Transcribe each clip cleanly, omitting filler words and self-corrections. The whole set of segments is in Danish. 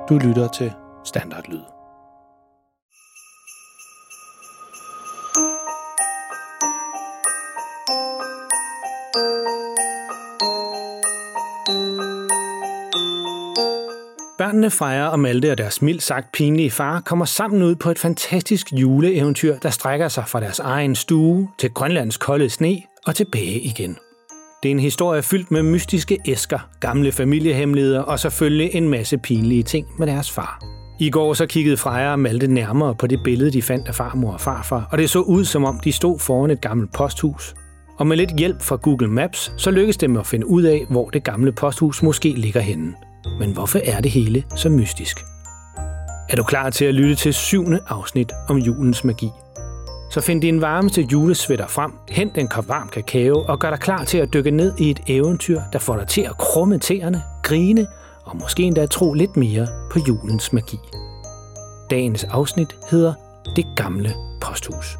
Du lytter til Standardlyd. Børnene Freja og Malte og deres mildt sagt pinlige far kommer sammen ud på et fantastisk juleeventyr, der strækker sig fra deres egen stue til Grønlands kolde sne og tilbage igen. Det er en historie fyldt med mystiske æsker, gamle familiehemmeligheder og selvfølgelig en masse pinlige ting med deres far. I går så kiggede Freja og Malte nærmere på det billede, de fandt af farmor og farfar, og det så ud, som om de stod foran et gammelt posthus. Og med lidt hjælp fra Google Maps, så lykkedes det dem at finde ud af, hvor det gamle posthus måske ligger henne. Men hvorfor er det hele så mystisk? Er du klar til at lytte til 7. afsnit om julens magi? Så find din varmeste julesvætter frem, hent en kop varm kakao og gør dig klar til at dykke ned i et eventyr, der får dig til at krumme tæerne, grine og måske endda tro lidt mere på julens magi. Dagens afsnit hedder Det gamle posthus.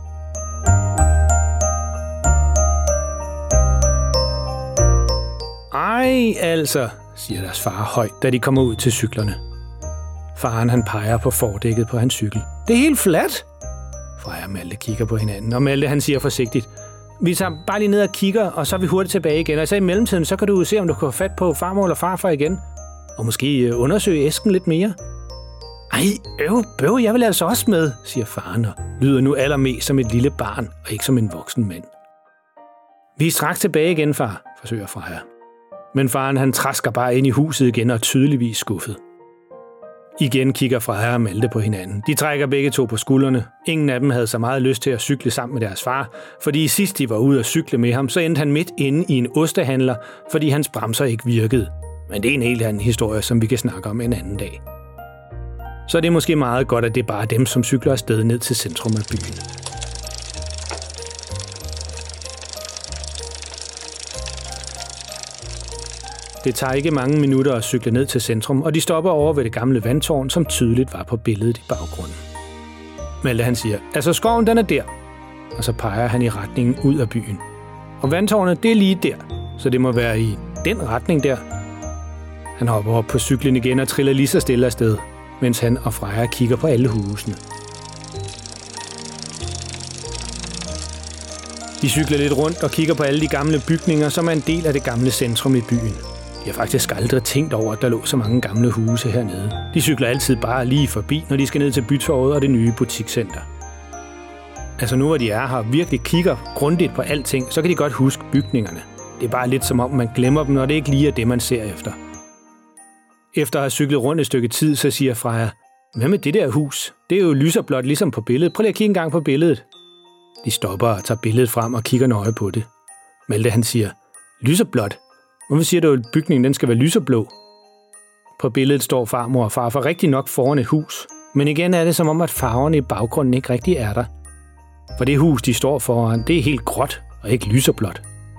Ej altså, siger deres far højt, da de kommer ud til cyklerne. Faren han peger på fordækket på hans cykel. Det er helt fladt! Freja og Malte kigger på hinanden, og Malte han siger forsigtigt. Vi tager bare lige ned og kigger, og så er vi hurtigt tilbage igen. Og så i mellemtiden, så kan du se, om du kan få fat på farmor eller farfar igen. Og måske undersøge æsken lidt mere. Ej, bøv, jeg vil altså også med, siger faren, og lyder nu allermest som et lille barn, og ikke som en voksen mand. Vi er straks tilbage igen, far, forsøger Freja. Men faren han trasker bare ind i huset igen og er tydeligvis skuffet. Igen kigger Freja og Malte på hinanden. De trækker begge to på skuldrene. Ingen af dem havde så meget lyst til at cykle sammen med deres far, fordi sidst de var ude at cykle med ham, så endte han midt inde i en ostehandler, fordi hans bremser ikke virkede. Men det er en helt anden historie, som vi kan snakke om en anden dag. Så det er måske meget godt, at det er bare dem, som cykler afsted ned til centrum af byen. Det tager ikke mange minutter at cykle ned til centrum, og de stopper over ved det gamle vandtårn, som tydeligt var på billedet i baggrunden. Malte han siger, altså skoven den er der, og så peger han i retningen ud af byen. Og vandtårnet det er lige der, så det må være i den retning der. Han hopper op på cyklen igen og triller lige så stille afsted, mens han og Freja kigger på alle husene. De cykler lidt rundt og kigger på alle de gamle bygninger, som er en del af det gamle centrum i byen. De har faktisk aldrig tænkt over, at der lå så mange gamle huse hernede. De cykler altid bare lige forbi, når de skal ned til Bytorvet og det nye butikscenter. Altså nu hvor de er her og virkelig kigger grundigt på alting, så kan de godt huske bygningerne. Det er bare lidt som om man glemmer dem, når det ikke lige er det, man ser efter. Efter at have cyklet rundt et stykke tid, så siger Freja, hvad med det der hus? Det er jo lyserblåt ligesom på billedet. Prøv lige at kigge en gang på billedet. De stopper og tager billedet frem og kigger nøje på det. Malte han siger, lyserblåt? Hvorfor siger du, at bygningen den skal være lyserblå? På billedet står farmor og farfar rigtig nok foran et hus. Men igen er det som om, at farverne i baggrunden ikke rigtig er der. For det hus, de står foran, det er helt gråt og ikke lyserblåt.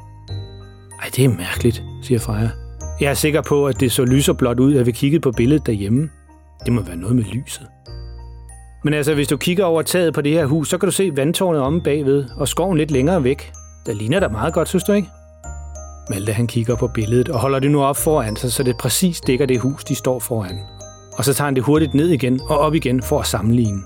Ej, det er mærkeligt, siger Freja. Jeg er sikker på, at det så lyserblåt ud, at vi kiggede på billedet derhjemme. Det må være noget med lyset. Men altså, hvis du kigger over taget på det her hus, så kan du se vandtårnet omme bagved og skoven lidt længere væk. Der ligner der meget godt, synes du ikke? Malte han kigger på billedet og holder det nu op foran sig, så det præcis dækker det hus, de står foran. Og så tager han det hurtigt ned igen og op igen for at sammenligne.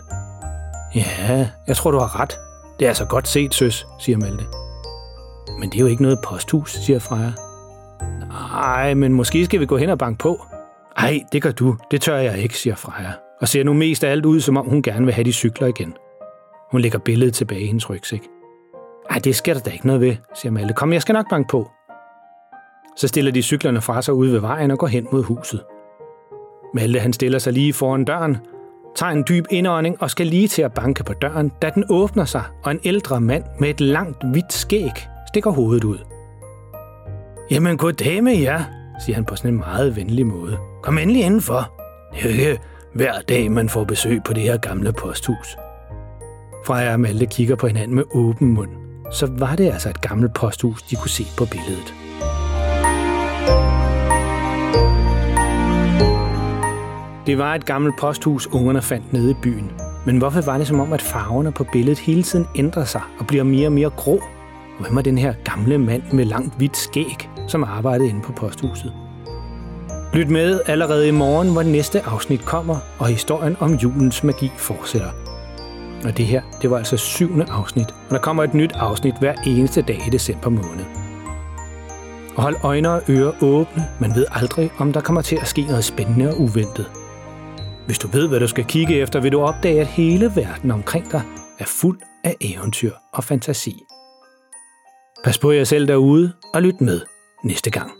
Ja, jeg tror, du har ret. Det er altså godt set, søs, siger Malte. Men det er jo ikke noget posthus, siger Freja. Nej, men måske skal vi gå hen og banke på. Ej, det gør du. Det tør jeg ikke, siger Freja. Og ser nu mest af alt ud, som om hun gerne vil have de cykler igen. Hun lægger billedet tilbage i hendes rygsæk. Ej, det skal der da ikke noget ved, siger Malte. Kom, jeg skal nok banke på. Så stiller de cyklerne fra sig ude ved vejen og går hen mod huset. Malte han stiller sig lige foran døren, tager en dyb indånding og skal lige til at banke på døren, da den åbner sig, og en ældre mand med et langt, hvidt skæg stikker hovedet ud. Jamen, goddag med jer, siger han på sådan en meget venlig måde. Kom endelig indenfor. Det er jo ikke hver dag, man får besøg på det her gamle posthus. Freja og Malte kigger på hinanden med åben mund. Så var det altså et gammelt posthus, de kunne se på billedet. Det var et gammelt posthus, ungerne fandt nede i byen. Men hvorfor var det som om, at farverne på billedet hele tiden ændrer sig og bliver mere og mere grå? Og hvem var den her gamle mand med langt hvidt skæg, som arbejdede inde på posthuset? Lyt med allerede i morgen, hvor næste afsnit kommer, og historien om julens magi fortsætter. Og det her, det var altså 7. afsnit, og der kommer et nyt afsnit hver eneste dag i december måned. Og hold øjne og ører åbne, man ved aldrig, om der kommer til at ske noget spændende og uventet. Hvis du ved, hvad du skal kigge efter, vil du opdage, at hele verden omkring dig er fuld af eventyr og fantasi. Pas på jer selv derude, og lyt med næste gang.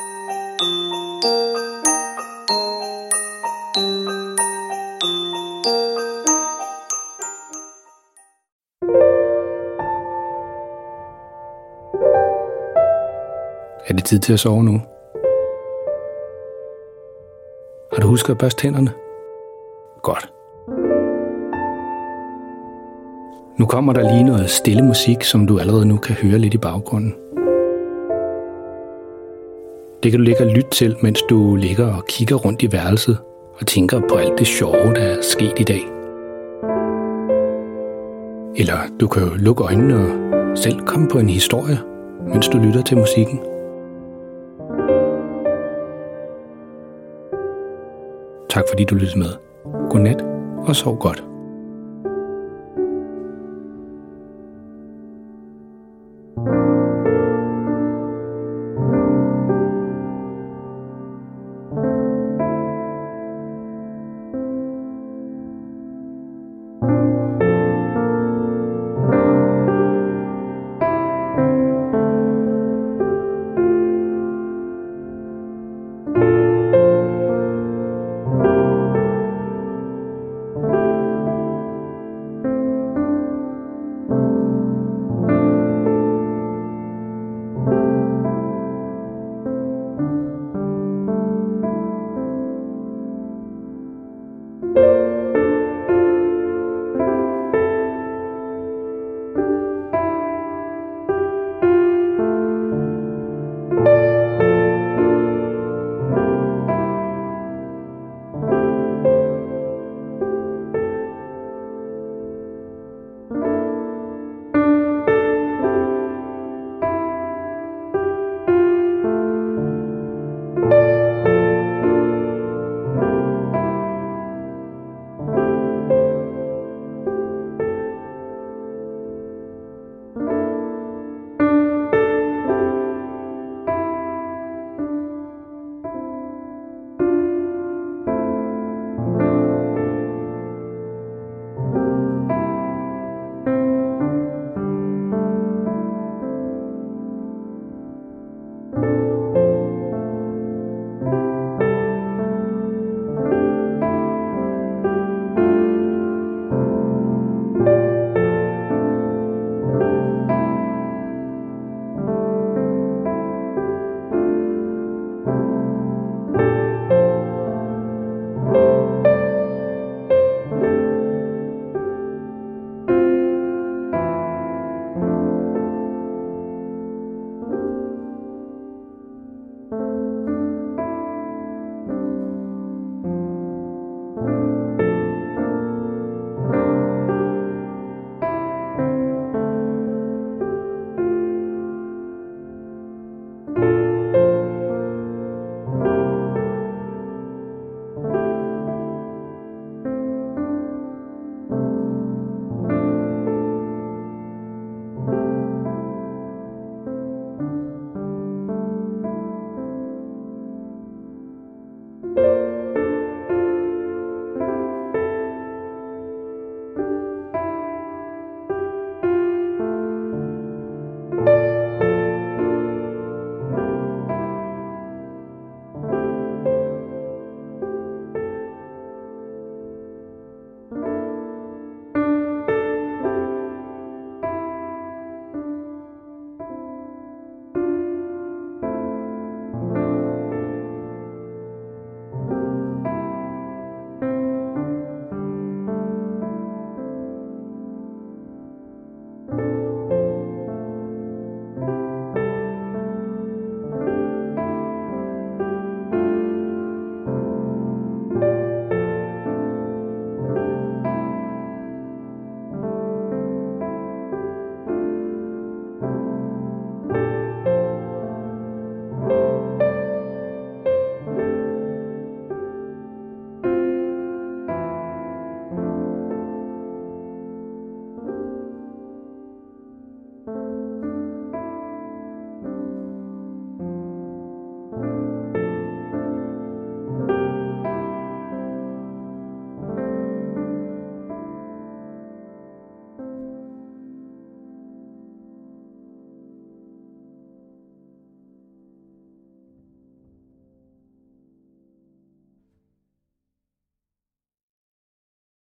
Er det tid til at sove nu? Har du husket at børste tænderne? Godt. Nu kommer der lige noget stille musik, som du allerede nu kan høre lidt i baggrunden. Det kan du ligge og lytte til, mens du ligger og kigger rundt i værelset og tænker på alt det sjove, der er sket i dag. Eller du kan jo lukke øjnene og selv komme på en historie, mens du lytter til musikken. Tak fordi du lyttede med. Godnat og sov godt.